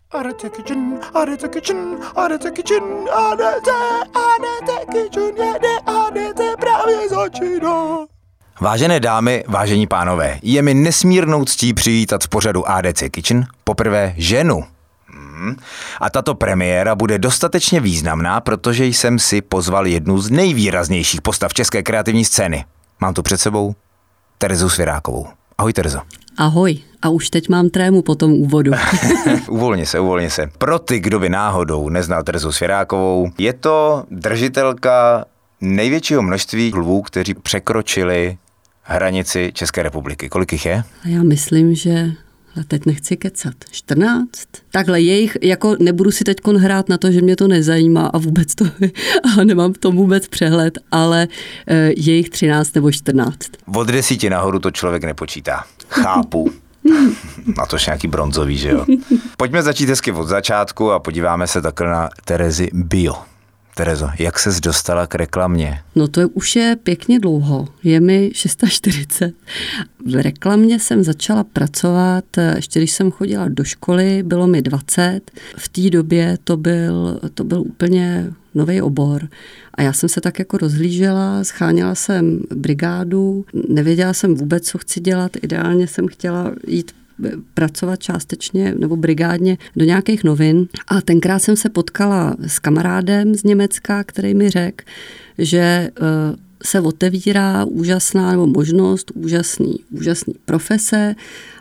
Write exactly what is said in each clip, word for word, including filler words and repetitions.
Arete Kitchen, Arete Kitchen, Arete Kitchen, Arete, Arete Kitchen, jede Arete právě začíná. Vážené dámy, vážení pánové, je mi nesmírnou ctí přivítat v pořadu A D C Kitchen poprvé ženu. Hmm. A tato premiéra bude dostatečně významná, protože jsem si pozval jednu z nejvýraznějších postav české kreativní scény. Mám tu před sebou Terezu Svěrákovou. Ahoj, Terezo. Ahoj. A už teď mám trému po tom úvodu. uvolni se, uvolni se. Pro ty, kdo by náhodou neznal Terezu Svěrákovou, je to držitelka největšího množství lvů, kteří překročili hranici České republiky. Kolik jich je? Já myslím, že... A teď nechci kecat. čtrnáct? Takhle, jejich, jako nebudu si teďkon hrát na to, že mě to nezajímá a vůbec to, a nemám v tom vůbec přehled, ale e, jejich třináct nebo čtrnáct. Od desíti nahoru to člověk nepočítá. Chápu. Na to nějaký bronzový, že jo? Pojďme začít hezky od začátku a podíváme se takhle na Terezy bio. Terezo, jak ses dostala k reklamě? No to je, už je pěkně dlouho. Je mi čtyřicet šest. V reklamě jsem začala pracovat, ještě když jsem chodila do školy, bylo mi dvacet. V té době to byl, to byl úplně nový obor. A já jsem se tak jako rozhlížela, scháněla jsem brigádu, nevěděla jsem vůbec, co chci dělat. Ideálně jsem chtěla jít pracovat částečně nebo brigádně do nějakých novin. A tenkrát jsem se potkala s kamarádem z Německa, který mi řekl, že se otevírá úžasná nebo možnost úžasný, úžasný profese,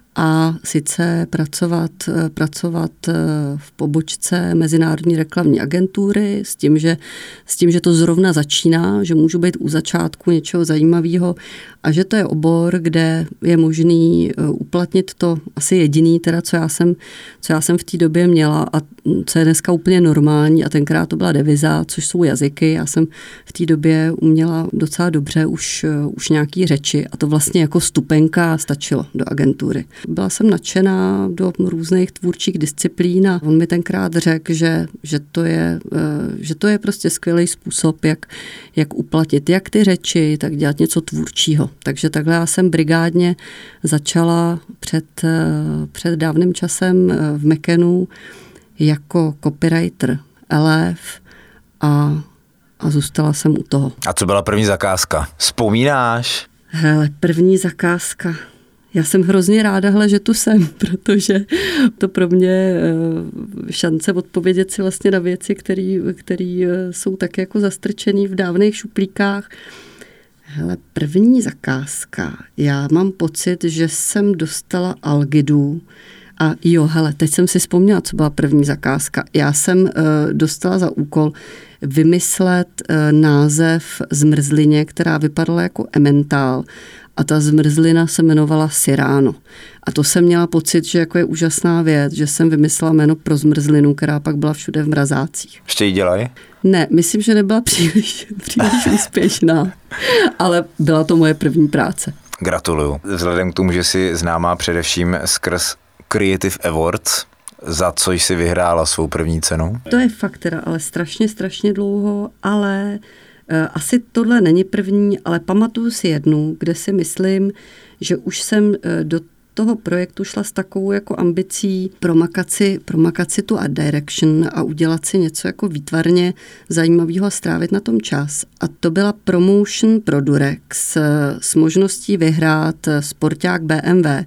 a sice pracovat, pracovat v pobočce Mezinárodní reklamní agentury s tím, že, s tím, že to zrovna začíná, že můžu být u začátku něčeho zajímavého a že to je obor, kde je možný uplatnit to asi jediný, teda co já jsem, co já jsem v té době měla a co je dneska úplně normální a tenkrát to byla deviza, což jsou jazyky. Já jsem v té době uměla docela dobře už, už nějaký řeči a to vlastně jako stupenka stačilo do agentury. Byla jsem nadšená do různých tvůrčích disciplín a on mi tenkrát řekl, že, že, to, je, že to je prostě skvělý způsob, jak, jak uplatnit jak ty řeči, tak dělat něco tvůrčího. Takže takhle já jsem brigádně začala před, před dávným časem v Mekenu jako copywriter elef a, a zůstala jsem u toho. A co byla první zakázka? Vzpomínáš? Hele, první zakázka. Já jsem hrozně ráda, hle, že tu jsem, protože to pro mě šance odpovědět si vlastně na věci, které jsou tak jako zastrčený v dávných šuplíkách. Hele, první zakázka. Já mám pocit, že jsem dostala Algidu a jo, hele, teď jsem si vzpomněla, co byla první zakázka. Já jsem uh, dostala za úkol vymyslet uh, název zmrzlině, která vypadala jako Emmental a ta zmrzlina se jmenovala Cyrano. A to jsem měla pocit, že jako je úžasná věc, že jsem vymyslela jméno pro zmrzlinu, která pak byla všude v mrazácích. Ještě ji dělají? Ne, myslím, že nebyla příliš, příliš úspěšná, ale byla to moje první práce. Gratuluju. Vzhledem k tomu, že jsi známá především skrz Creative Awards, za co jsi vyhrála svou první cenu? To je fakt teda, ale strašně, strašně dlouho, ale uh, asi tohle není první, ale pamatuju si jednu, kde si myslím, že už jsem uh, do toho projektu šla s takovou jako ambicí promakat si, promakat si tu art direction a udělat si něco jako výtvarně zajímavého a strávit na tom čas. A to byla promotion pro Durex s možností vyhrát sporták B M W.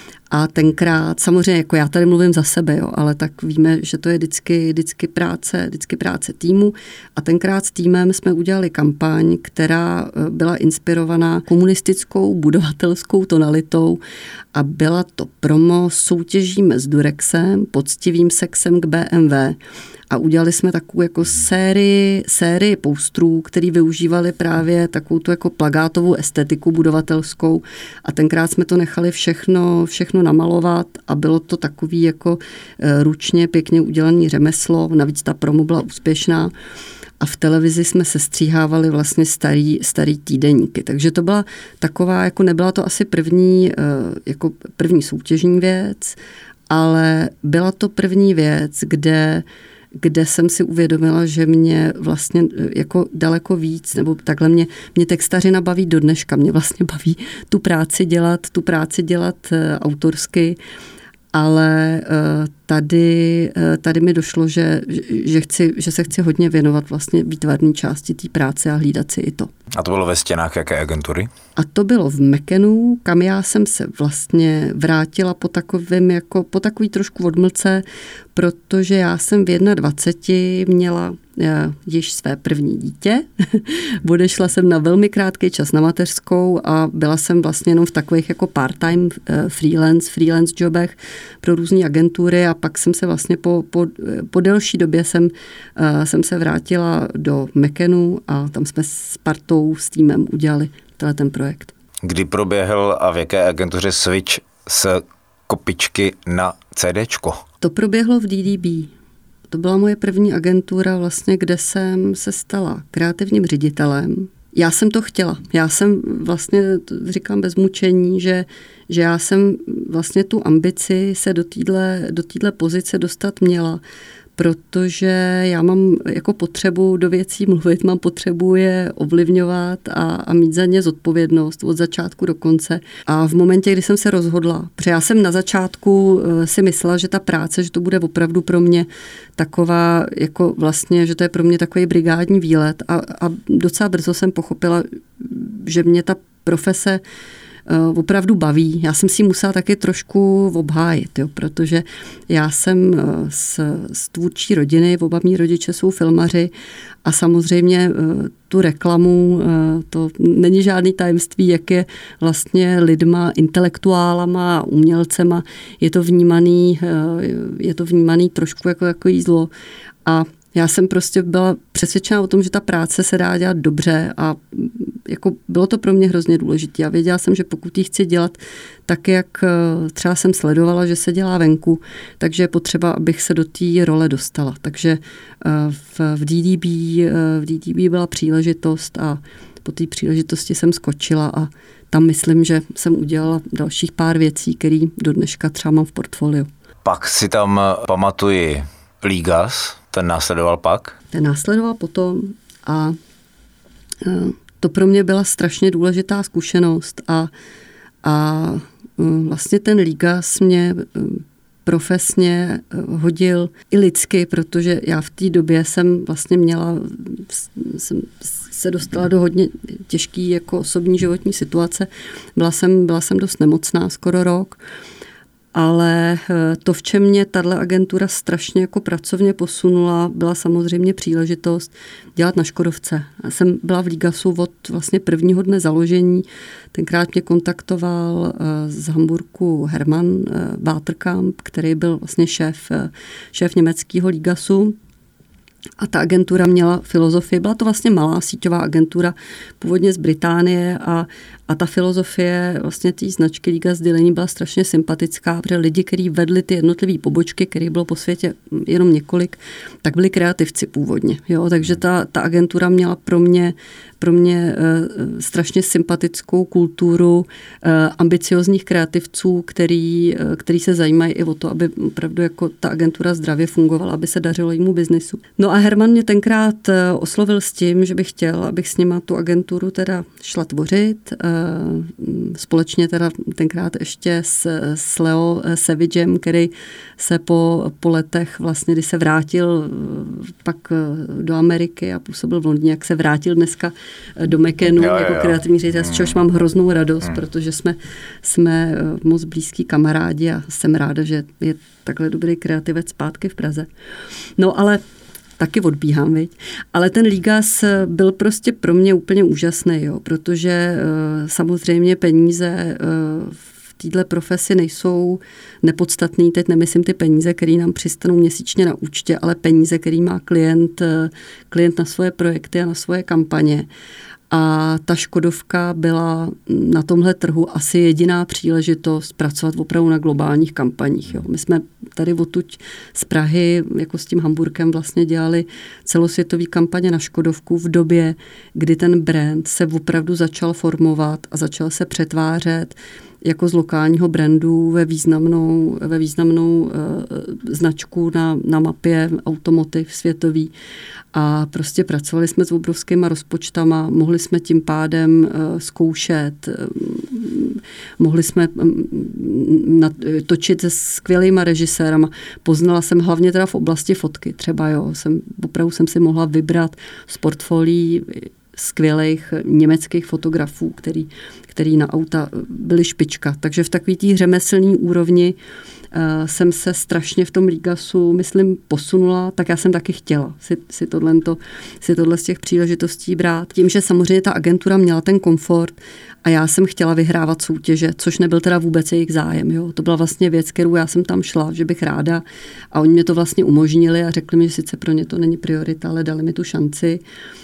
A tenkrát, samozřejmě, jako já tady mluvím za sebe, jo, ale tak víme, že to je vždycky, vždycky, práce, vždycky práce týmu. A tenkrát s týmem jsme udělali kampaň, která byla inspirovaná komunistickou budovatelskou tonalitou a byla to promo Soutěžíme s Durexem, poctivým sexem k B M W. A udělali jsme takovou jako sérii, sérii postrů, který využívali právě takovou tu jako plagátovou estetiku budovatelskou a tenkrát jsme to nechali všechno, všechno namalovat a bylo to takový jako ručně pěkně udělaný řemeslo, navíc ta promo byla úspěšná a v televizi jsme se stříhávali vlastně starý, starý týdeníky. Takže to byla taková, jako nebyla to asi první, jako první soutěžní věc, ale byla to první věc, kde kde jsem si uvědomila, že mě vlastně jako daleko víc, nebo takhle mě, mě textařina baví do dneška, mě vlastně baví tu práci dělat, tu práci dělat autorsky ale tady, tady mi došlo, že, že, chci, že se chci hodně věnovat vlastně výtvarné části té práce a hlídat si i to. A to bylo ve stěnách jaké agentury? A to bylo v Mekenu, kam já jsem se vlastně vrátila po takovém, jako po takový trošku odmlce, protože já jsem v dvaceti jedné měla již své první dítě. Odešla jsem na velmi krátký čas na mateřskou a byla jsem vlastně jenom v takových jako part-time freelance, freelance jobech pro různé agentury a pak jsem se vlastně po, po, po delší době jsem, jsem se vrátila do Mekenu a tam jsme s partou, s týmem udělali tenhle ten projekt. Kdy proběhl a v jaké agentuře switch z kopičky na CDčko? To proběhlo v D D B. To byla moje první agentura, vlastně, kde jsem se stala kreativním ředitelem. Já jsem to chtěla. Já jsem vlastně, říkám bez mučení, že, že já jsem vlastně tu ambici se do téhle do téhle pozice dostat měla, protože já mám jako potřebu do věcí mluvit, mám potřebu je ovlivňovat a, a mít za ně zodpovědnost od začátku do konce. A v momentě, kdy jsem se rozhodla, protože já jsem na začátku si myslela, že ta práce, že to bude opravdu pro mě taková, jako vlastně, že to je pro mě takový brigádní výlet a, a docela brzo jsem pochopila, že mě ta profese opravdu baví. Já jsem si musela taky trošku obhájit, jo, protože já jsem z, z tvůrčí rodiny, oba mý rodiče jsou filmaři a samozřejmě tu reklamu, to není žádný tajemství, jak je vlastně lidma, intelektuálama, umělcema, je to vnímaný, je to vnímaný trošku jako takový zlo a já jsem prostě byla přesvědčena o tom, že ta práce se dá dělat dobře a jako bylo to pro mě hrozně důležité. Já věděla jsem, že pokud ji chci dělat tak, jak třeba jsem sledovala, že se dělá venku, takže je potřeba, abych se do té role dostala. Takže v, v D D B, v D D B byla příležitost a po té příležitosti jsem skočila a tam myslím, že jsem udělala dalších pár věcí, které do dneška třeba mám v portfoliu. Pak si tam pamatuji Ligas, ten následoval pak? Ten následoval potom a to pro mě byla strašně důležitá zkušenost a, a vlastně ten Ligas mě profesně hodil i lidsky, protože já v té době jsem vlastně měla, jsem se dostala do hodně těžký jako osobní životní situace. Byla jsem, byla jsem dost nemocná skoro rok. Ale to, v čem mě tato agentura strašně jako pracovně posunula, byla samozřejmě příležitost dělat na Škodovce. Já jsem byla v Ligasu od vlastně prvního dne založení. Tenkrát mě kontaktoval z Hamburku Hermann Waterkamp, který byl vlastně šéf, šéf německého Ligasu. A ta agentura měla filozofii, byla to vlastně malá síťová agentura, původně z Británie a, a ta filozofie vlastně té značky Ligas Sdělení byla strašně sympatická, protože lidi, kteří vedli ty jednotlivé pobočky, kterých bylo po světě jenom několik, tak byli kreativci původně. Jo? Takže ta, ta agentura měla pro mě, pro mě e, strašně sympatickou kulturu e, ambiciozních kreativců, který, e, který se zajímají i o to, aby opravdu jako ta agentura zdravě fungovala, aby se dařilo jejímu biznisu. No a Herman mě tenkrát oslovil s tím, že bych chtěl, abych s nima tu agenturu teda šla tvořit. Společně teda tenkrát ještě s, s Leo Savagem, který se po, po letech vlastně, kdy se vrátil pak do Ameriky a působil v Londýně, jak se vrátil dneska do Mekenu jo, jako jo. kreativní ředitel, z čehož mám hroznou radost, hmm. protože jsme, jsme moc blízký kamarádi a jsem ráda, že je takhle dobrý kreativec zpátky v Praze. No ale taky odbíhám, viď? Ale ten Ligas byl prostě pro mě úplně úžasný, jo, protože uh, samozřejmě peníze uh, v této profesi nejsou nepodstatný. Teď nemyslím ty peníze, které nám přistanou měsíčně na účtě, ale peníze, který má klient, uh, klient na svoje projekty a na svoje kampaně. A ta Škodovka byla na tomhle trhu asi jediná příležitost pracovat opravdu na globálních kampaních. Jo. My jsme tady odtud z Prahy, jako s tím Hamburkem, vlastně dělali celosvětový kampaně na Škodovku v době, kdy ten brand se opravdu začal formovat a začal se přetvářet jako z lokálního brandu ve významnou, ve významnou uh, značku na, na mapě automotiv světový a prostě pracovali jsme s obrovskýma rozpočtama, mohli jsme tím pádem uh, zkoušet, um, mohli jsme um, točit se skvělýma režisérama. Poznala jsem hlavně teda v oblasti fotky třeba, jo, jsem, opravdu jsem si mohla vybrat z portfolií skvělých německých fotografů, který, který na auta byli špička. Takže v takový té řemeslní úrovni uh, jsem se strašně v tom Ligasu, myslím, posunula, tak já jsem taky chtěla si, si, tohle, si tohle z těch příležitostí brát. Tím, že samozřejmě ta agentura měla ten komfort a já jsem chtěla vyhrávat soutěže, což nebyl teda vůbec jejich zájem. Jo. To byla vlastně věc, kterou já jsem tam šla, že bych ráda a oni mě to vlastně umožnili a řekli mi, že sice pro ně to není priorita, ale dali mi tu šanci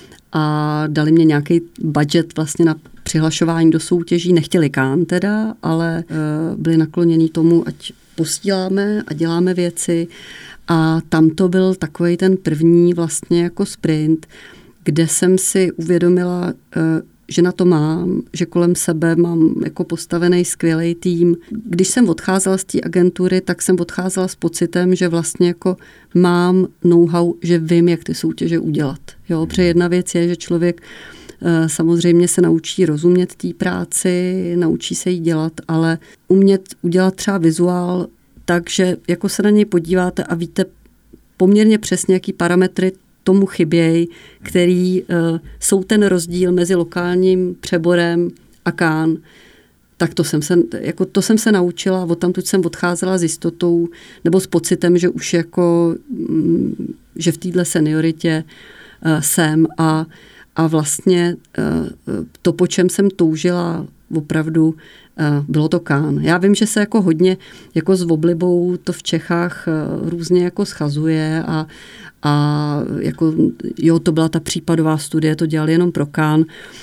a dali mě nějaký budget vlastně na přihlašování do soutěží. Nechtěli Cannes teda, ale uh, byli nakloněni tomu, ať posíláme a děláme věci. A tam to byl takovej ten první vlastně jako sprint, kde jsem si uvědomila, uh, že na to mám, že kolem sebe mám jako postavený skvělý tým. Když jsem odcházela z té agentury, tak jsem odcházela s pocitem, že vlastně jako mám know-how, že vím, jak ty soutěže udělat. Jo, protože jedna věc je, že člověk samozřejmě se naučí rozumět té práci, naučí se jí dělat, ale umět udělat třeba vizuál, takže jako se na něj podíváte a víte poměrně přesně, jaký parametry tomu chybějí, který uh, jsou ten rozdíl mezi lokálním přeborem a Cannes. Tak to jsem se, jako to jsem se naučila, odtamtud jsem odcházela s jistotou nebo s pocitem, že už jako, mm, že v téhle senioritě uh, jsem a, a vlastně uh, to, po čem jsem toužila opravdu, bylo to Cannes. Já vím, že se jako hodně jako s oblibou to v Čechách různě jako schazuje a, a jako, jo, to byla ta případová studie, to dělali jenom pro Cannes,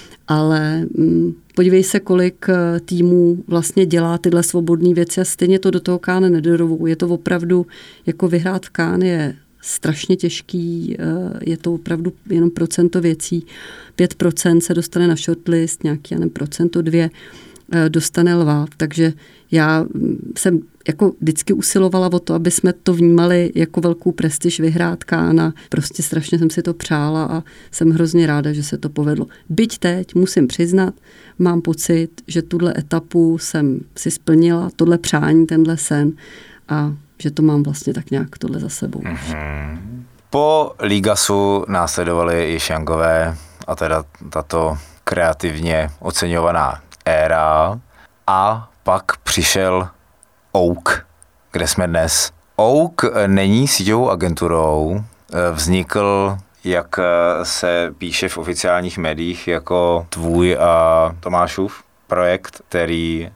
ale hm, podívej se, kolik týmů vlastně dělá tyhle svobodné věci a stejně to do toho Cannes nedorovou. Je to opravdu, jako vyhrát v Cannes je strašně těžký, je to opravdu jenom procento věcí. pět procent se dostane na shortlist, nějaký, já nevím, procento dvě dostane lva. Takže já jsem jako vždycky usilovala o to, aby jsme to vnímali jako velkou prestiž vyhrát Cannes. Prostě strašně jsem si to přála a jsem hrozně ráda, že se to povedlo. Byť teď, musím přiznat, mám pocit, že tuhle etapu jsem si splnila, tohle přání, tenhle sen a že to mám vlastně tak nějak tohle za sebou. Mm-hmm. Po Ligasu následovaly již Youngové a teda tato kreativně oceňovaná éra a pak přišel Oak, kde jsme dnes. Oak není síťovou agenturou, vznikl, jak se píše v oficiálních médiích, jako tvůj a Tomášův projekt, který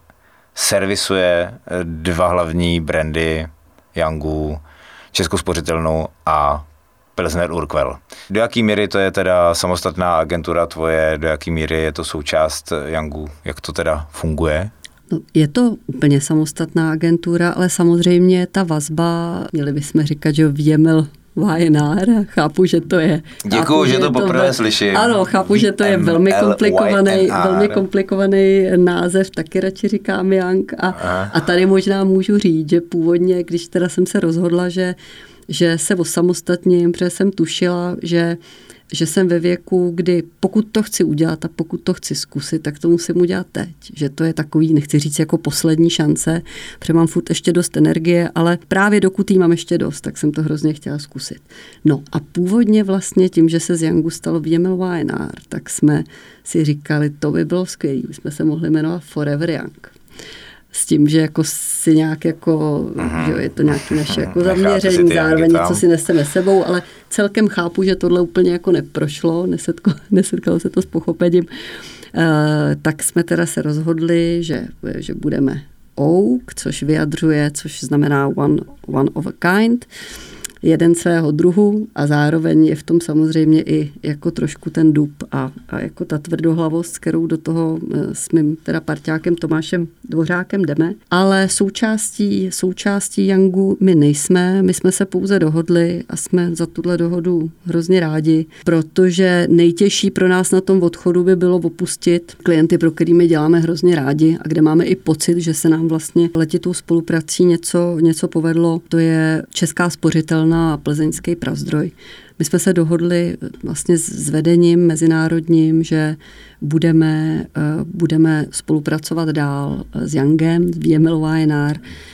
servisuje dva hlavní brandy Youngů, Českou spořitelnu a Pilsner Urquell. Do jaký míry to je teda samostatná agentura tvoje, do jaký míry je to součást Youngů, jak to teda funguje? No, je to úplně samostatná agentura, ale samozřejmě ta vazba, měli bychom říkat, že V M L Y N R, chápu, že to je... Děkuju, že to poprvé to, slyším. Ano, chápu, že to je velmi komplikovaný, velmi komplikovaný název, taky radši říkám Young a, a tady možná můžu říct, že původně, když teda jsem se rozhodla, že že se osamostatním, protože jsem tušila, že, že jsem ve věku, kdy pokud to chci udělat a pokud to chci zkusit, tak to musím udělat teď. Že to je takový, nechci říct jako poslední šance, protože mám furt ještě dost energie, ale právě dokud jí mám ještě dost, tak jsem to hrozně chtěla zkusit. No a původně vlastně tím, že se z Youngu stalo V M L Y N R, tak jsme si říkali, to by bylo skvělé, jsme se mohli jmenovat Forever Young. S tím, že jako si nějak jako, mm-hmm. že je to nějaké naše jako zaměření, zároveň něco si neseme sebou, ale celkem chápu, že tohle úplně jako neprošlo, nesetko, nesetkalo se to s pochopením. Uh, tak jsme teda se rozhodli, že, že budeme Oak, což vyjadřuje, což znamená one, one of a kind. jeden svého druhu a zároveň je v tom samozřejmě i jako trošku ten dub a, a jako ta tvrdohlavost, kterou do toho s mým teda parťákem Tomášem Dvořákem jdeme. Ale součástí, součástí Youngu my nejsme, my jsme se pouze dohodli a jsme za tuhle dohodu hrozně rádi, protože nejtěžší pro nás na tom odchodu by bylo opustit klienty, pro kterými děláme hrozně rádi a kde máme i pocit, že se nám vlastně letitou spoluprací něco, něco povedlo. To je Česká spořitelna a Plzeňský Prazdroj. My jsme se dohodli vlastně s vedením mezinárodním, že budeme, budeme spolupracovat dál s Youngem, s V M L Y N R,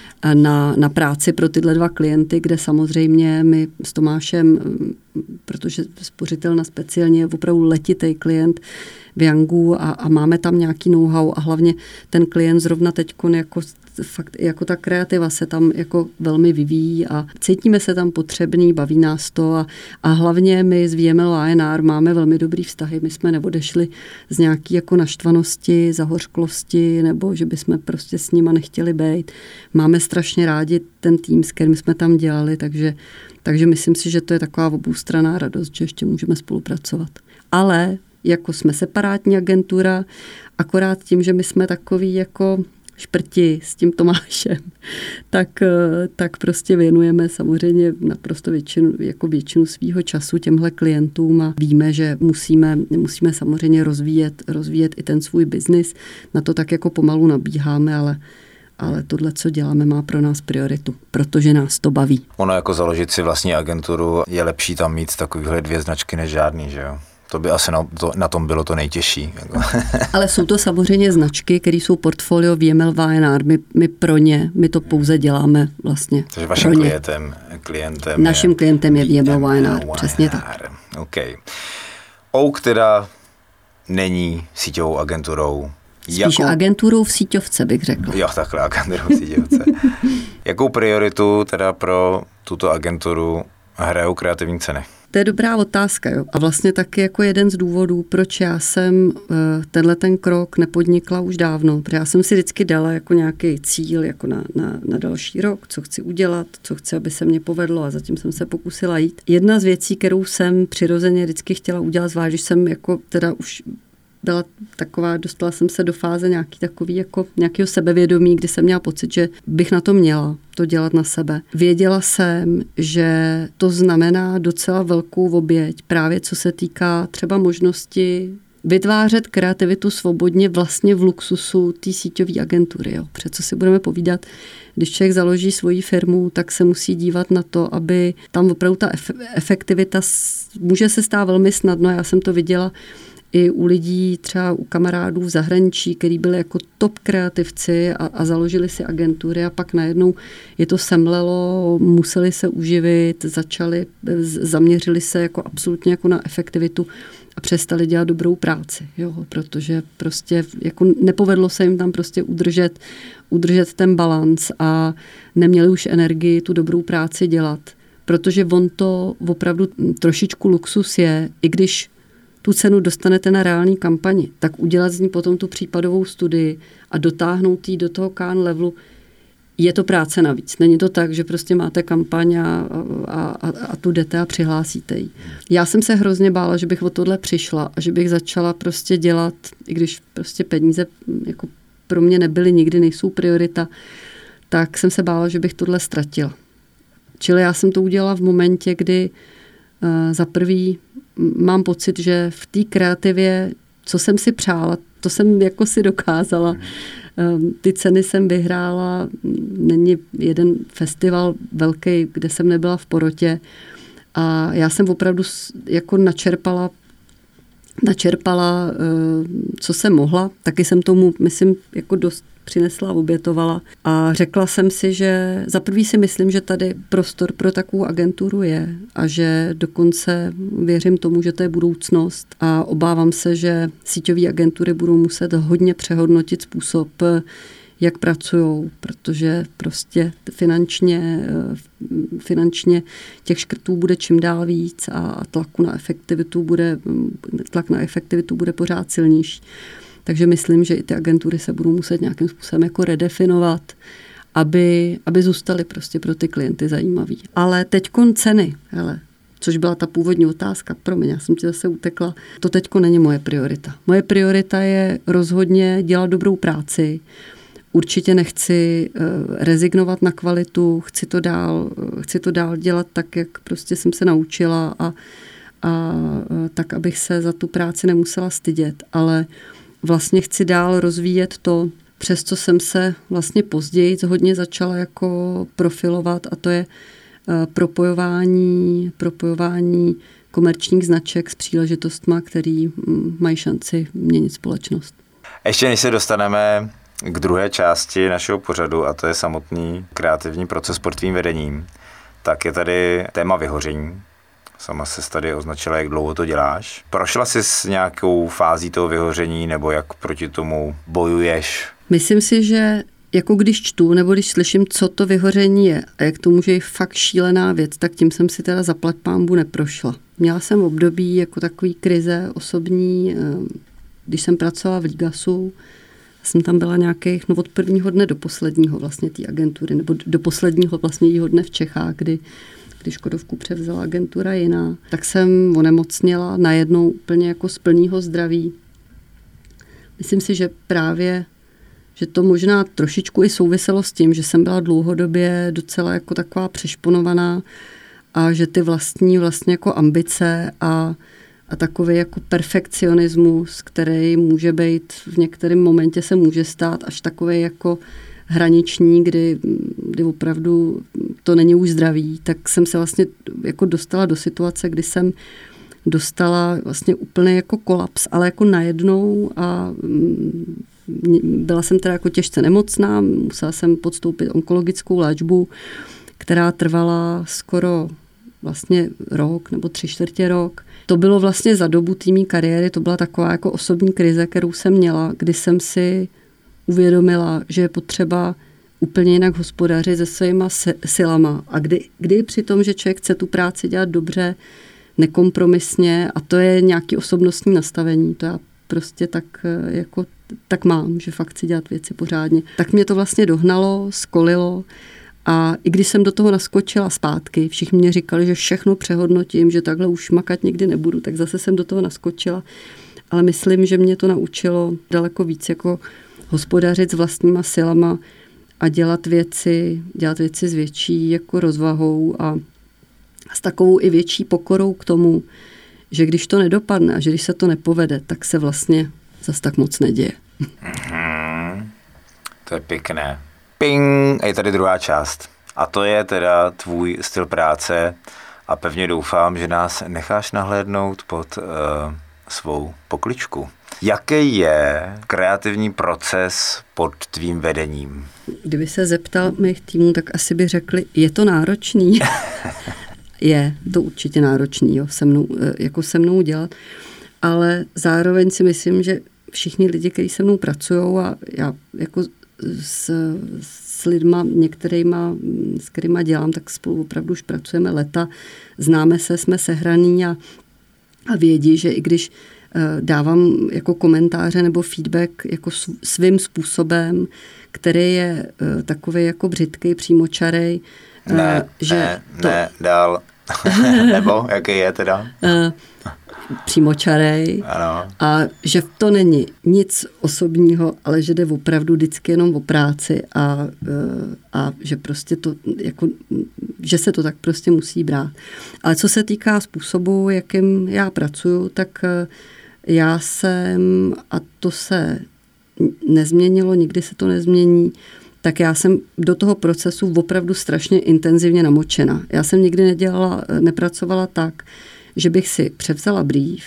na, na práci pro tyhle dva klienty, kde samozřejmě my s Tomášem, protože spořitelna speciálně je opravdu letitý klient v Youngu a, a máme tam nějaký know-how a hlavně ten klient zrovna teďkon jako fakt jako ta kreativa se tam jako velmi vyvíjí a cítíme se tam potřebný, baví nás to a, a hlavně my s V M L Y N R máme velmi dobrý vztahy. My jsme neodešli z nějaký jako naštvanosti, zahořklosti nebo že bychom prostě s nima nechtěli být. Máme strašně rádi ten tým, s kterým jsme tam dělali, takže, takže myslím si, že to je taková oboustranná radost, že ještě můžeme spolupracovat. Ale jako jsme separátní agentura, akorát tím, že my jsme takový jako šprti s tím Tomášem, tak, tak prostě věnujeme samozřejmě naprosto většinu, jako většinu svýho času těmhle klientům a víme, že musíme, musíme samozřejmě rozvíjet, rozvíjet i ten svůj biznis. Na to tak jako pomalu nabíháme, ale ale tohle, co děláme, má pro nás prioritu, protože nás to baví. Ono jako založit si vlastní agenturu je lepší tam mít takovýhle dvě značky než žádný, že jo? To by asi na, to, na tom bylo to nejtěžší. Ale jsou to samozřejmě značky, které jsou portfolio V M L Y N R. My, my pro ně, my to pouze děláme vlastně. Takže vaším klientem, klientem Naším je klientem je V M L Y N R, přesně tak. OK. Oak teda není síťovou agenturou. Spíš Jakou... agenturou v síťovce, bych řekl. Jo, takhle, agenturou v síťovce. Jakou prioritu teda pro tuto agenturu hrajou kreativní ceny? To je dobrá otázka, jo. A vlastně taky jako jeden z důvodů, proč já jsem tenhle ten krok nepodnikla už dávno, protože já jsem si vždycky dala jako nějaký cíl jako na, na, na další rok, co chci udělat, co chci, aby se mně povedlo a zatím jsem se pokusila jít. Jedna z věcí, kterou jsem přirozeně vždycky chtěla udělat, zvlášť, když jsem jako teda už byla taková, dostala jsem se do fáze nějaký takový jako nějakého sebevědomí, kdy jsem měla pocit, že bych na to měla to dělat na sebe. Věděla jsem, že to znamená docela velkou oběť, právě co se týká třeba možnosti vytvářet kreativitu svobodně vlastně v luxusu té síťové agentury. Jo. Přece si budeme povídat, když člověk založí svoji firmu, tak se musí dívat na to, aby tam opravdu ta efektivita může se stát velmi snadno. Já jsem to viděla i u lidí, třeba u kamarádů v zahraničí, který byli jako top kreativci a, a založili si agentury a pak najednou je to semlelo, museli se uživit, začali, zaměřili se jako absolutně jako na efektivitu a přestali dělat dobrou práci, jo, protože prostě jako nepovedlo se jim tam prostě udržet, udržet ten balanc a neměli už energii tu dobrou práci dělat, protože on to opravdu trošičku luxus je, i když tu cenu dostanete na reální kampani, tak udělat z ní potom tu případovou studii a dotáhnout ji do toho Cannes levelu, je to práce navíc. Není to tak, že prostě máte kampaň a, a, a, a tu jdete a přihlásíte ji. Já jsem se hrozně bála, že bych o tohle přišla a že bych začala prostě dělat, i když prostě peníze jako pro mě nebyly, nikdy nejsou priorita, tak jsem se bála, že bych tohle ztratila. Čili já jsem to udělala v momentě, kdy uh, za prvý mám pocit, že v té kreativě, co jsem si přála, to jsem jako si dokázala. Ty ceny jsem vyhrála, není jeden festival velký, kde jsem nebyla v porotě a já jsem opravdu jako načerpala, načerpala, co jsem mohla, taky jsem tomu, myslím, jako dost přinesla, obětovala a řekla jsem si, že za prvý si myslím, že tady prostor pro takovou agenturu je a že dokonce věřím tomu, že to je budoucnost a obávám se, že síťové agentury budou muset hodně přehodnotit způsob, jak pracujou, protože prostě finančně, finančně těch škrtů bude čím dál víc a tlaku na efektivitu bude, tlak na efektivitu bude pořád silnější. Takže myslím, že i ty agentury se budou muset nějakým způsobem jako redefinovat aby, aby zůstaly prostě pro ty klienty zajímavý. Ale teďkon ceny, hele, což byla ta původní otázka, promiň, já jsem ti zase utekla, to teďko není moje priorita. Moje priorita je rozhodně dělat dobrou práci. Určitě nechci uh, rezignovat na kvalitu, chci to dál, uh, chci to dál dělat tak, jak prostě jsem se naučila a, a uh, tak, abych se za tu práci nemusela stydět. Ale vlastně chci dál rozvíjet to, přes co jsem se vlastně později hodně začala jako profilovat, a to je uh, propojování, propojování komerčních značek s příležitostma, který um, mají šanci měnit společnost. Ještě než se dostaneme k druhé části našeho pořadu, a to je samotný kreativní proces pod tvým vedením, tak je tady téma vyhoření. Sama ses tady označila, jak dlouho to děláš. Prošla jsi s nějakou fází toho vyhoření, nebo jak proti tomu bojuješ? Myslím si, že jako když čtu, nebo když slyším, co to vyhoření je a jak to může být fakt šílená věc, tak tím jsem si teda zaplať pánbu neprošla. Měla jsem období jako takový krize osobní, když jsem pracovala v Ligasu. Jsem tam byla nějakých, no od prvního dne do posledního vlastně té agentury, nebo do posledního vlastně jího dne v Čechách, kdy, kdy Škodovku převzala agentura jiná, tak jsem onemocněla najednou úplně jako z plného zdraví. Myslím si, že právě, že to možná trošičku i souviselo s tím, že jsem byla dlouhodobě docela jako taková přešponovaná a že ty vlastní vlastně jako ambice a a takový jako perfekcionismus, který může být, v některém momentě se může stát až takový jako hraniční, kdy, kdy opravdu to není už zdravý, tak jsem se vlastně jako dostala do situace, kdy jsem dostala vlastně úplně jako kolaps, ale jako najednou a byla jsem teda jako těžce nemocná, musela jsem podstoupit onkologickou léčbu, která trvala skoro vlastně rok nebo tři čtvrtě rok. To bylo vlastně za dobu té mý kariéry, to byla taková jako osobní krize, kterou jsem měla, kdy jsem si uvědomila, že je potřeba úplně jinak hospodařit se svýma silama. A kdy, kdy při tom, že člověk chce tu práci dělat dobře, nekompromisně, a to je nějaké osobnostní nastavení, to já prostě tak, jako, tak mám, že fakt chci dělat věci pořádně. Tak mě to vlastně dohnalo, skolilo. A i když jsem do toho naskočila zpátky, všichni mě říkali, že všechno přehodnotím, že takhle už makat nikdy nebudu, tak zase jsem do toho naskočila. Ale myslím, že mě to naučilo daleko víc jako hospodařit s vlastníma silama a dělat věci, dělat věci s větší jako rozvahou a s takovou i větší pokorou k tomu, že když to nedopadne a že když se to nepovede, tak se vlastně zas tak moc neděje. Mm-hmm. To je pěkné. Ping! A je tady druhá část. A to je teda tvůj styl práce a pevně doufám, že nás necháš nahlédnout pod uh, svou pokličku. Jaký je kreativní proces pod tvým vedením? Kdyby se zeptal mých týmů, tak asi by řekli, je to náročný? Je to určitě náročný, jo, se mnou, jako se mnou dělat, ale zároveň si myslím, že všichni lidi, kteří se mnou pracují a já jako s, s lidma, některýma, s kterýma dělám, tak spolu opravdu už pracujeme leta, známe se, jsme sehraný a, a vědí, že i když uh, dávám jako komentáře nebo feedback jako svým způsobem, který je uh, takový jako břitký, přímočarej, ne, uh, že ne, to, ne, dál. Nebo jaký je teda? Uh, přímočarej. Ano. A že to není nic osobního, ale že jde opravdu vždycky jenom o práci a, a že prostě to jako, že se to tak prostě musí brát. Ale co se týká způsobu, jakým já pracuju, tak já jsem, a to se nezměnilo, nikdy se to nezmění, tak já jsem do toho procesu opravdu strašně intenzivně namočena. Já jsem nikdy nedělala, nepracovala tak, že bych si převzala brief,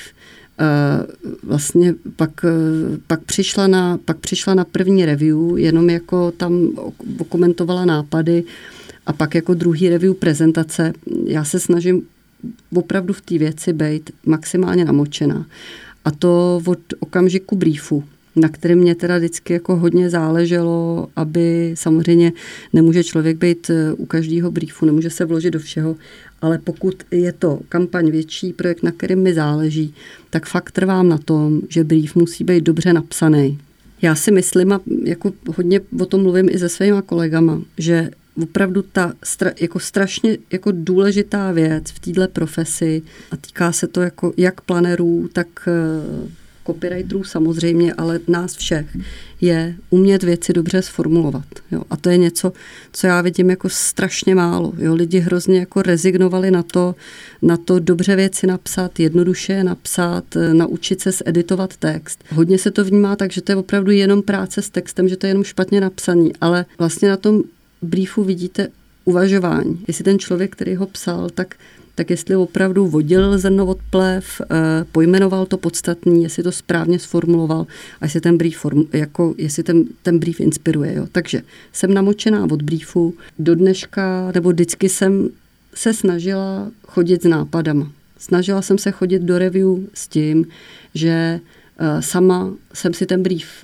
vlastně pak, pak, přišla na, pak přišla na první review, jenom jako tam okomentovala nápady a pak jako druhý review prezentace. Já se snažím opravdu v té věci být maximálně namočená. A to od okamžiku briefu, na kterém mě teda vždycky jako hodně záleželo, aby samozřejmě nemůže člověk být u každého briefu, nemůže se vložit do všeho, ale pokud je to kampaň větší, projekt, na kterém mi záleží, tak fakt trvám na tom, že brief musí být dobře napsaný. Já si myslím, a jako hodně o tom mluvím i se svýma kolegama, že opravdu ta stra, jako strašně jako důležitá věc v této profesi a týká se to jako jak planerů, tak copywriterů samozřejmě, ale nás všech, je umět věci dobře sformulovat. Jo. A to je něco, co já vidím jako strašně málo. Jo. Lidi hrozně jako rezignovali na to, na to dobře věci napsat, jednoduše je napsat, naučit se zeditovat text. Hodně se to vnímá tak, že to je opravdu jenom práce s textem, že to je jenom špatně napsaný, ale vlastně na tom briefu vidíte uvažování. Jestli ten člověk, který ho psal, tak tak jestli opravdu oddělil zrno od plev, pojmenoval to podstatný, jestli to správně sformuloval a jestli ten brief, form, jako, jestli ten, ten brief inspiruje. Jo. Takže jsem namočená od briefu. Do dneška, nebo vždycky jsem se snažila chodit s nápadama. Snažila jsem se chodit do review s tím, že sama jsem si ten brief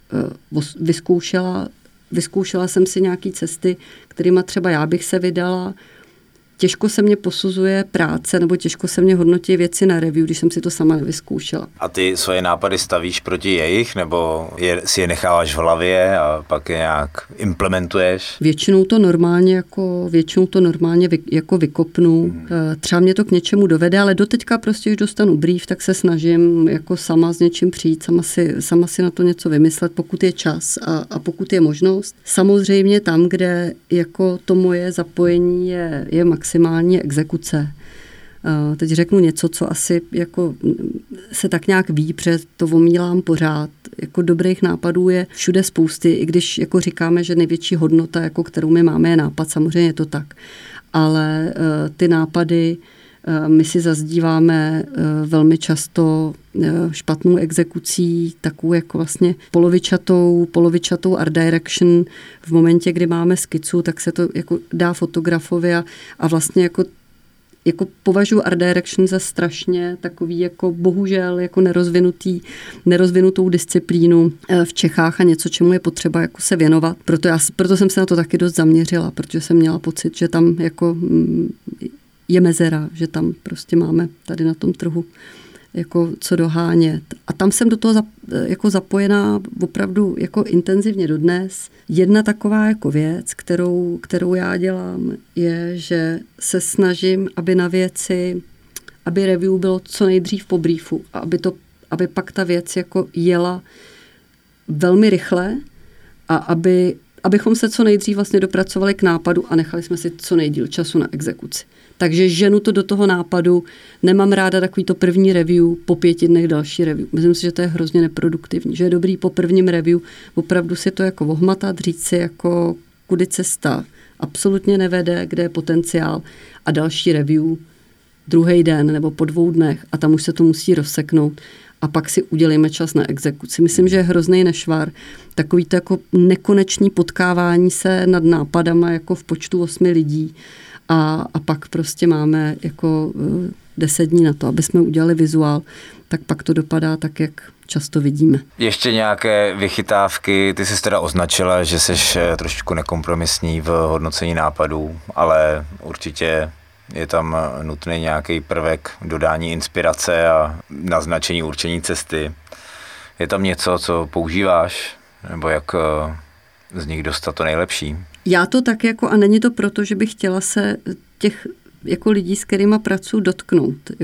vyzkoušela, vyzkoušela jsem si nějaký cesty, kterýma třeba já bych se vydala. Těžko se mě posuzuje práce, nebo těžko se mě hodnotí věci na review, když jsem si to sama nevyzkoušela. A ty svoje nápady stavíš proti jejich, nebo je, si je necháváš v hlavě a pak je nějak implementuješ? Většinou to normálně jako, většinou to normálně vy, jako vykopnu. Hmm. Třeba mě to k něčemu dovede, ale doteďka prostě, když dostanu brief, tak se snažím jako sama s něčím přijít, sama si, sama si na to něco vymyslet, pokud je čas a, a pokud je možnost. Samozřejmě tam, kde jako to moje zapojení je, je maximální, maximální exekuce. Teď řeknu něco, co asi jako se tak nějak ví, protože to omílám pořád. Jako dobrých nápadů je všude spousty, i když jako říkáme, že největší hodnota, jako kterou my máme, je nápad, samozřejmě je to tak. Ale ty nápady my si zazdíváme velmi často špatnou exekucí, takovou jako vlastně polovičatou, polovičatou art direction. V momentě, kdy máme skicu, tak se to jako dá fotografově a, a vlastně jako, jako považuji art direction za strašně takový jako bohužel jako nerozvinutý, nerozvinutou disciplínu v Čechách a něco, čemu je potřeba jako se věnovat. Proto, já, proto jsem se na to taky dost zaměřila, protože jsem měla pocit, že tam jako je mezera, že tam prostě máme tady na tom trhu jako co dohánět. A tam jsem do toho zap, jako zapojená opravdu jako intenzivně dodnes. Jedna taková jako věc, kterou, kterou já dělám, je, že se snažím, aby na věci, aby review bylo co nejdřív po briefu a aby, to, aby pak ta věc jako jela velmi rychle a aby, abychom se co nejdřív vlastně dopracovali k nápadu a nechali jsme si co nejdýl času na exekuci. Takže ženu to do toho nápadu, nemám ráda takový to první review, po pěti dnech další review. Myslím si, že to je hrozně neproduktivní, že je dobrý po prvním review opravdu si to jako ohmatat, říct si jako kudy cesta absolutně nevede, kde je potenciál a další review druhý den nebo po dvou dnech a tam už se to musí rozseknout a pak si udělíme čas na exekuci. Myslím, že je hrozný nešvar. Takový to jako nekonečný potkávání se nad nápadama jako v počtu osmi lidí. A, a pak prostě máme jako deset dní na to, aby jsme udělali vizuál, tak pak to dopadá tak, jak často vidíme. Ještě nějaké vychytávky, ty jsi teda označila, že jsi trošičku nekompromisní v hodnocení nápadů, ale určitě je tam nutný nějaký prvek dodání inspirace a naznačení určení cesty. Je tam něco, co používáš, nebo jak z nich dostat to nejlepší? Já to tak jako, a není to proto, že bych chtěla se těch jako lidí, s kterýma pracuji, dotknout. Jo.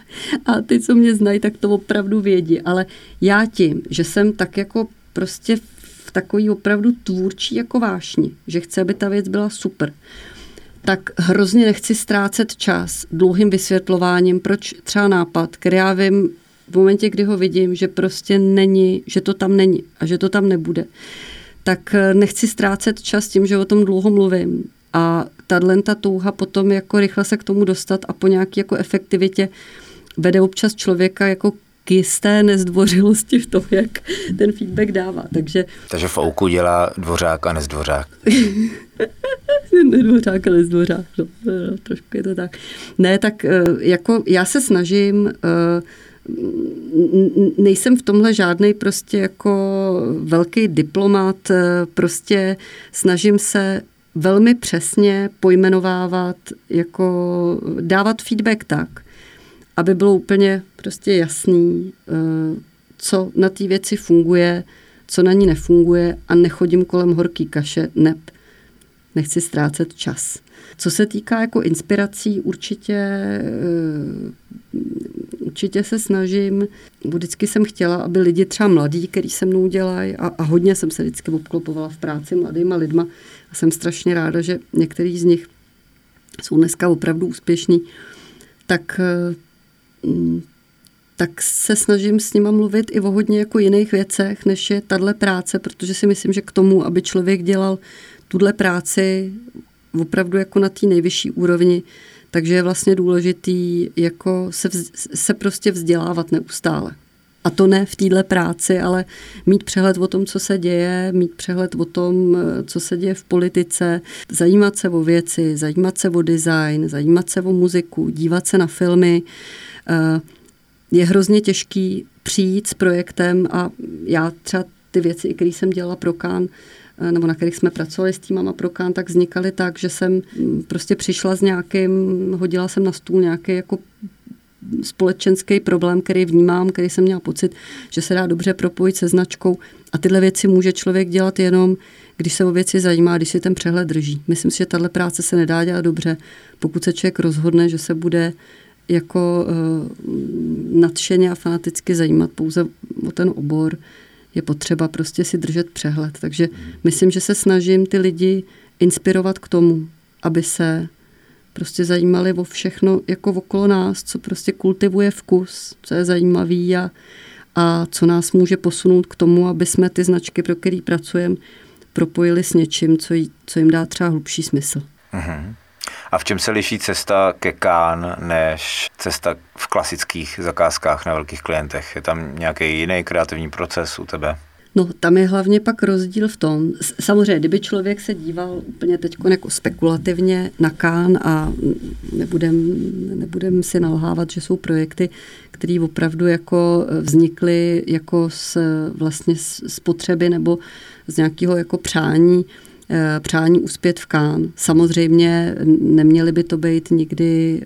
A ty, co mě znají, tak to opravdu vědí. Ale já tím, že jsem tak jako prostě v takový opravdu tvůrčí jako vášni, že chci, aby ta věc byla super, tak hrozně nechci ztrácet čas dlouhým vysvětlováním, proč třeba nápad, který já vím v momentě, kdy ho vidím, že prostě není, že to tam není a že to tam nebude, tak nechci ztrácet čas tím, že o tom dlouho mluvím. A tato ta touha potom jako rychle se k tomu dostat a po nějaké jako efektivitě vede občas člověka jako k jisté nezdvořilosti v tom, jak ten feedback dává. Takže, Takže v ouku dělá dvořák a nezdvořák. Nedvořák a nezdvořák, no, no, trošku je to tak. Ne, tak jako já se snažím, nejsem v tomhle žádnej prostě jako velký diplomat, prostě snažím se velmi přesně pojmenovávat, jako dávat feedback tak, aby bylo úplně prostě jasný, co na té věci funguje, co na ní nefunguje a nechodím kolem horký kaše, neb nechci ztrácet čas. Co se týká jako inspirací, určitě, určitě se snažím, vždycky jsem chtěla, aby lidi třeba mladí, který se mnou dělají, a, a hodně jsem se vždycky obklopovala v práci mladýma lidma a jsem strašně ráda, že některý z nich jsou dneska opravdu úspěšní, tak, tak se snažím s nima mluvit i o hodně jako jiných věcech, než je tahle práce, protože si myslím, že k tomu, aby člověk dělal tuhle práci opravdu jako na té nejvyšší úrovni, takže je vlastně důležitý jako se, vz, se prostě vzdělávat neustále. A to ne v téhle práci, ale mít přehled o tom, co se děje, mít přehled o tom, co se děje v politice, zajímat se o věci, zajímat se o design, zajímat se o muziku, dívat se na filmy. Je hrozně těžký přijít s projektem a já třeba ty věci, které jsem dělala pro Cannes, nebo na kterých jsme pracovali s týmama pro Cannes, tak vznikaly tak, že jsem prostě přišla s nějakým, hodila jsem na stůl nějaký jako společenský problém, který vnímám, který jsem měla pocit, že se dá dobře propojit se značkou a tyhle věci může člověk dělat jenom, když se o věci zajímá, když si ten přehled drží. Myslím si, že tahle práce se nedá dělat dobře, pokud se člověk rozhodne, že se bude jako uh, nadšeně a fanaticky zajímat pouze o ten obor, je potřeba prostě si držet přehled. Takže myslím, že se snažím ty lidi inspirovat k tomu, aby se prostě zajímali o všechno jako okolo nás, co prostě kultivuje vkus, co je zajímavý a, a co nás může posunout k tomu, aby jsme ty značky, pro který pracujeme, propojili s něčím, co, jí, co jim dá třeba hlubší smysl. Uh-huh. A v čem se liší cesta ke Cannes než cesta v klasických zakázkách na velkých klientech? Je tam nějaký jiný kreativní proces u tebe? No, tam je hlavně pak rozdíl v tom, samozřejmě, kdyby člověk se díval úplně teď jako spekulativně na Cannes a nebudem, nebudem si nalhávat, že jsou projekty, které opravdu jako vznikly jako z, vlastně z potřeby nebo z nějakého jako přání, přání uspět v Cannes. Samozřejmě neměly by to být nikdy,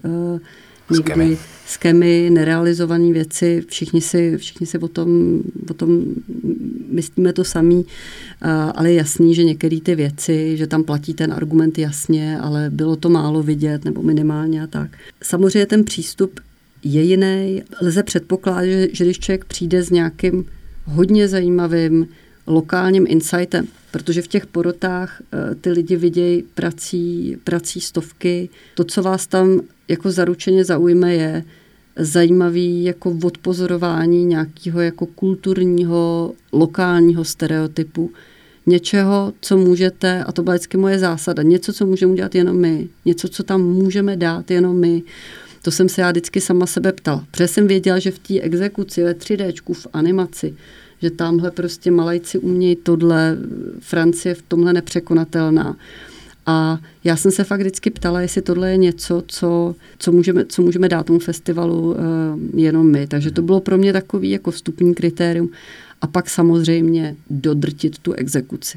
nikdy skemy, nerealizované věci. Všichni si, všichni si o tom, o tom myslíme to samý, ale je jasný, že některé ty věci, že tam platí ten argument jasně, ale bylo to málo vidět nebo minimálně a tak. Samozřejmě ten přístup je jiný. Lze předpokládat, že, že když člověk přijde s nějakým hodně zajímavým lokálním insightem, protože v těch porotách ty lidi vidějí prací, prací stovky. To, co vás tam jako zaručeně zaujme, je zajímavý jako odpozorování nějakého jako kulturního, lokálního stereotypu. Něčeho, co můžete, a to byla vždycky moje zásada, něco, co můžeme udělat jenom my, něco, co tam můžeme dát jenom my. To jsem se já vždycky sama sebe ptala. Protože jsem věděla, že v té exekuci, ve tři déčku, v animaci, že tamhle prostě Malajci umějí tohle, Francie v tomhle nepřekonatelná. A já jsem se fakt vždycky ptala, jestli tohle je něco, co, co, můžeme, co můžeme dát tomu festivalu uh, jenom my. Takže to bylo pro mě takový jako vstupní kritérium. A pak samozřejmě dodrtit tu exekuci.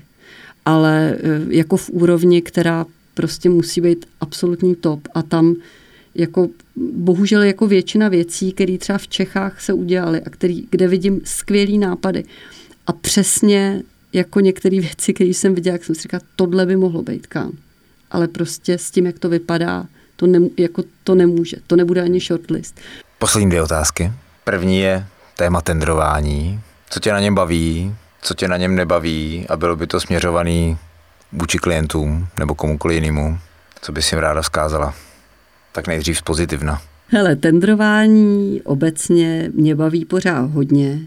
Ale uh, jako v úrovni, která prostě musí být absolutní top. A tam jako bohužel jako většina věcí, které třeba v Čechách se udělaly a který, kde vidím skvělý nápady a přesně jako některé věci, které jsem viděla, jak jsem si říkala, tohle by mohlo být Cannes. Ale prostě s tím, jak to vypadá, to, ne, jako to nemůže. To nebude ani shortlist. Poslední dvě otázky. První je téma tendrování. Co tě na něm baví, co tě na něm nebaví a bylo by to směřovaný vůči klientům nebo komukoliv jinému, co bys jim ráda vzkázala? Tak nejdřív z pozitivna. Hele, tendrování obecně mě baví pořád hodně,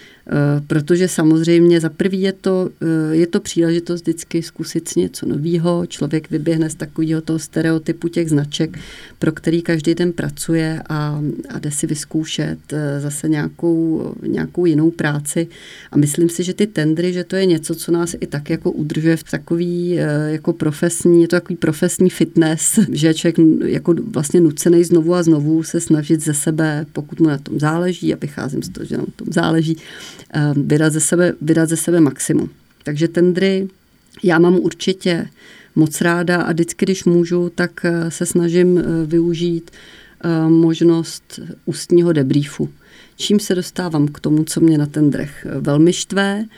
protože samozřejmě za prvý je to, je to příležitost vždycky zkusit něco nového. Člověk vyběhne z takového toho stereotypu těch značek, pro který každý den pracuje a, a jde si vyzkoušet zase nějakou, nějakou jinou práci. A myslím si, že ty tendry, že to je něco, co nás i tak jako udržuje v takový jako profesní, je to takový profesní fitness, že je člověk jako vlastně nucený znovu a znovu se snažit ze sebe, pokud mu na tom záleží, a vycházím z toho, že na tom záleží, vydat ze sebe, vydat ze sebe maximum. Takže tendry já mám určitě moc ráda a vždycky, když můžu, tak se snažím využít možnost ústního debriefu. Čím se dostávám k tomu, co mě na tendrech velmi štve,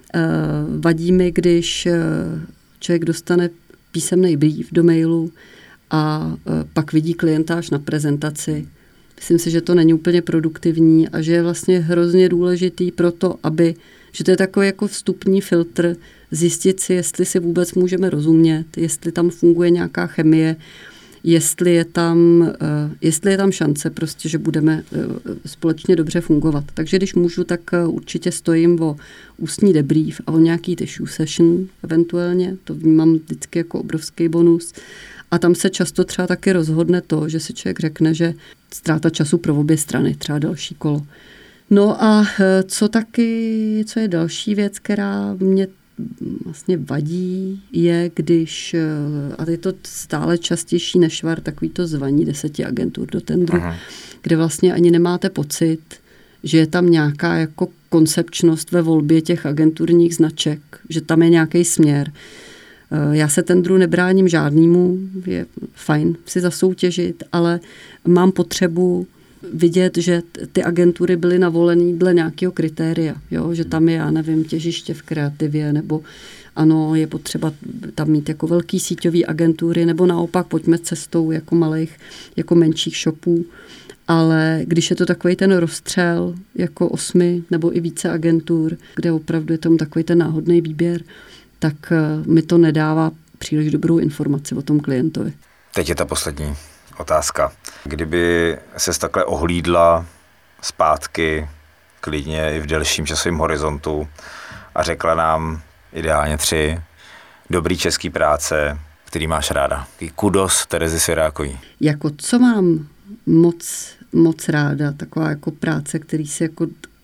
Vadí mi, když člověk dostane písemný brief do mailu a pak vidí klienta až na prezentaci. Myslím si, že to není úplně produktivní a že je vlastně hrozně důležitý pro to, aby, že to je takový jako vstupní filtr, zjistit si, jestli si vůbec můžeme rozumět, jestli tam funguje nějaká chemie, jestli je tam, jestli je tam šance prostě, že budeme společně dobře fungovat. Takže když můžu, tak určitě stojím o ústní debrief a o nějaký tissue session eventuálně, to vnímám vždycky jako obrovský bonus. A tam se často třeba taky rozhodne to, že si člověk řekne, že ztráta času pro obě strany, třeba další kolo. No a co taky, co je další věc, která mě vlastně vadí, je, když, a je to stále častější nešvar, takový to zvaní deseti agentur do tendru, Aha. kde vlastně ani nemáte pocit, že je tam nějaká jako koncepčnost ve volbě těch agenturních značek, že tam je nějaký směr. Já se tendru nebráním žádnému, je fajn si zasoutěžit, ale mám potřebu vidět, že ty agentury byly navolený dle nějakého kritéria, jo? Že tam je, já nevím, těžiště v kreativě, nebo ano, je potřeba tam mít jako velký síťový agentury, nebo naopak pojďme cestou jako malých, jako menších shopů. Ale když je to takový ten rozstřel jako osmi nebo i více agentur, kde opravdu je tam takový ten náhodný výběr, tak mi to nedává příliš dobrou informaci o tom klientovi. Teď je ta poslední otázka. Kdyby ses takhle ohlídla zpátky, klidně i v delším časovém horizontu a řekla nám ideálně tři dobrý český práce, který máš ráda. Kudos Terezy Sirákový. Jako co mám moc, moc ráda, taková jako práce, který si jako,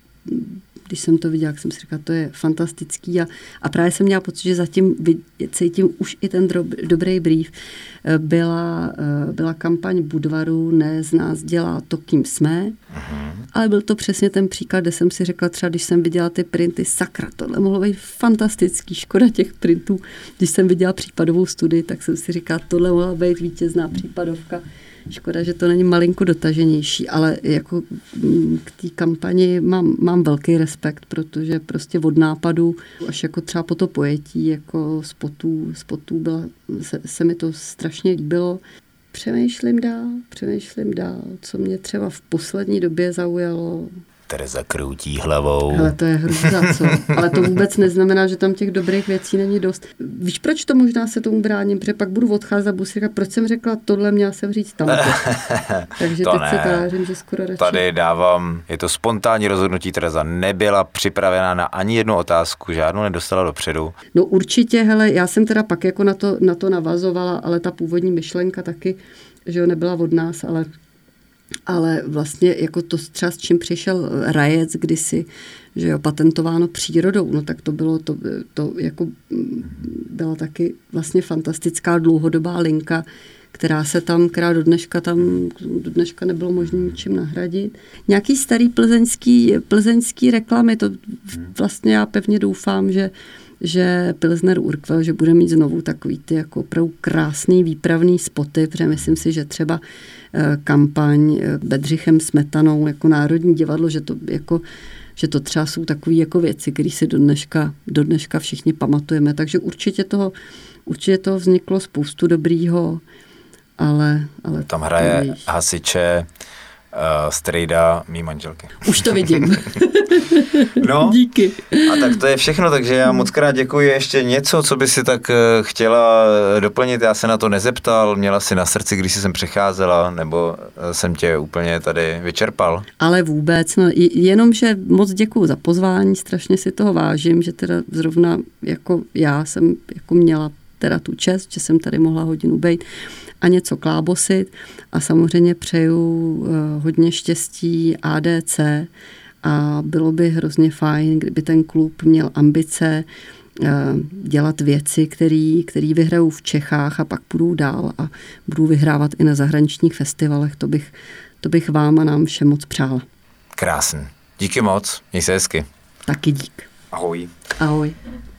když jsem to viděla, jak jsem si říkala, to je fantastický a, a právě jsem měla pocit, že zatím cítím už i ten drob, dobrý brief. Byla, byla kampaň Budvaru Ne z nás dělá to, kým jsme, uh-huh. ale byl to přesně ten příklad, kde jsem si řekla třeba, když jsem viděla ty printy, sakra, tohle mohlo být fantastický, škoda těch printů. Když jsem viděla případovou studii, tak jsem si říkala, tohle mohla být vítězná případovka. Škoda, že to není malinko dotaženější, ale jako k té kampani mám, mám velký respekt, protože prostě od nápadu až jako třeba po to pojetí, jako spotů, spotů byla, se, se mi to strašně líbilo. Přemýšlím dál, přemýšlím dál, co mě třeba v poslední době zaujalo. Tereza kroutí hlavou. Ale to je hrůza, co? Ale to vůbec neznamená, že tam těch dobrých věcí není dost. Víš, proč to možná se tomu bráním? Protože pak budu odcházet a budu si říkat, proč jsem řekla tohle, měla jsem říct tamto. Takže to teď ne. si tážím, že skoro radši. Tady dávám, je to spontánní rozhodnutí, Tereza nebyla připravená na ani jednu otázku, žádnou nedostala dopředu. No určitě, hele, já jsem teda pak jako na to, na to navazovala, ale ta původní myšlenka taky, že jo, nebyla od nás, ale ale vlastně jako to třeba s čím přišel Rajec kdysi, že jo, patentováno přírodou, no tak to bylo, to, to jako byla taky vlastně fantastická dlouhodobá linka, která se tam, která do dneška tam, do dneška nebylo možné ničím nahradit. Nějaký starý plzeňský, plzeňský reklamy, to vlastně já pevně doufám, že že Pilsner Urquell, že bude mít znovu takový ty jako opravdu krásný výpravný spoty, protože myslím si, že třeba kampaň Bedřichem Smetanou jako Národní divadlo, že to jako že to třeba jsou takové jako věci, které si do dneška, do dneška všichni pamatujeme. Takže určitě toho, určitě toho vzniklo spoustu dobrýho, ale... ale tam hraje to hasiče uh, strejda mý manželky. Už to vidím. No, díky. A tak to je všechno, takže já moc krát děkuji. Ještě něco, co by si tak chtěla doplnit, já se na to nezeptal, měla si na srdci, když jsi sem přecházela, nebo jsem tě úplně tady vyčerpal? Ale vůbec, no, jenom, že moc děkuji za pozvání, strašně si toho vážím, že teda zrovna jako já jsem jako měla teda tu čest, že jsem tady mohla hodinu být a něco klábosit a samozřejmě přeju uh, hodně štěstí A D C a bylo by hrozně fajn, kdyby ten klub měl ambice uh, dělat věci, který, který vyhrajou v Čechách a pak půjdou dál a budou vyhrávat i na zahraničních festivalech. To bych, to bych vám a nám všem moc přála. Krásný. Díky moc. Měj se hezky. Taky dík. Ahoj. Ahoj.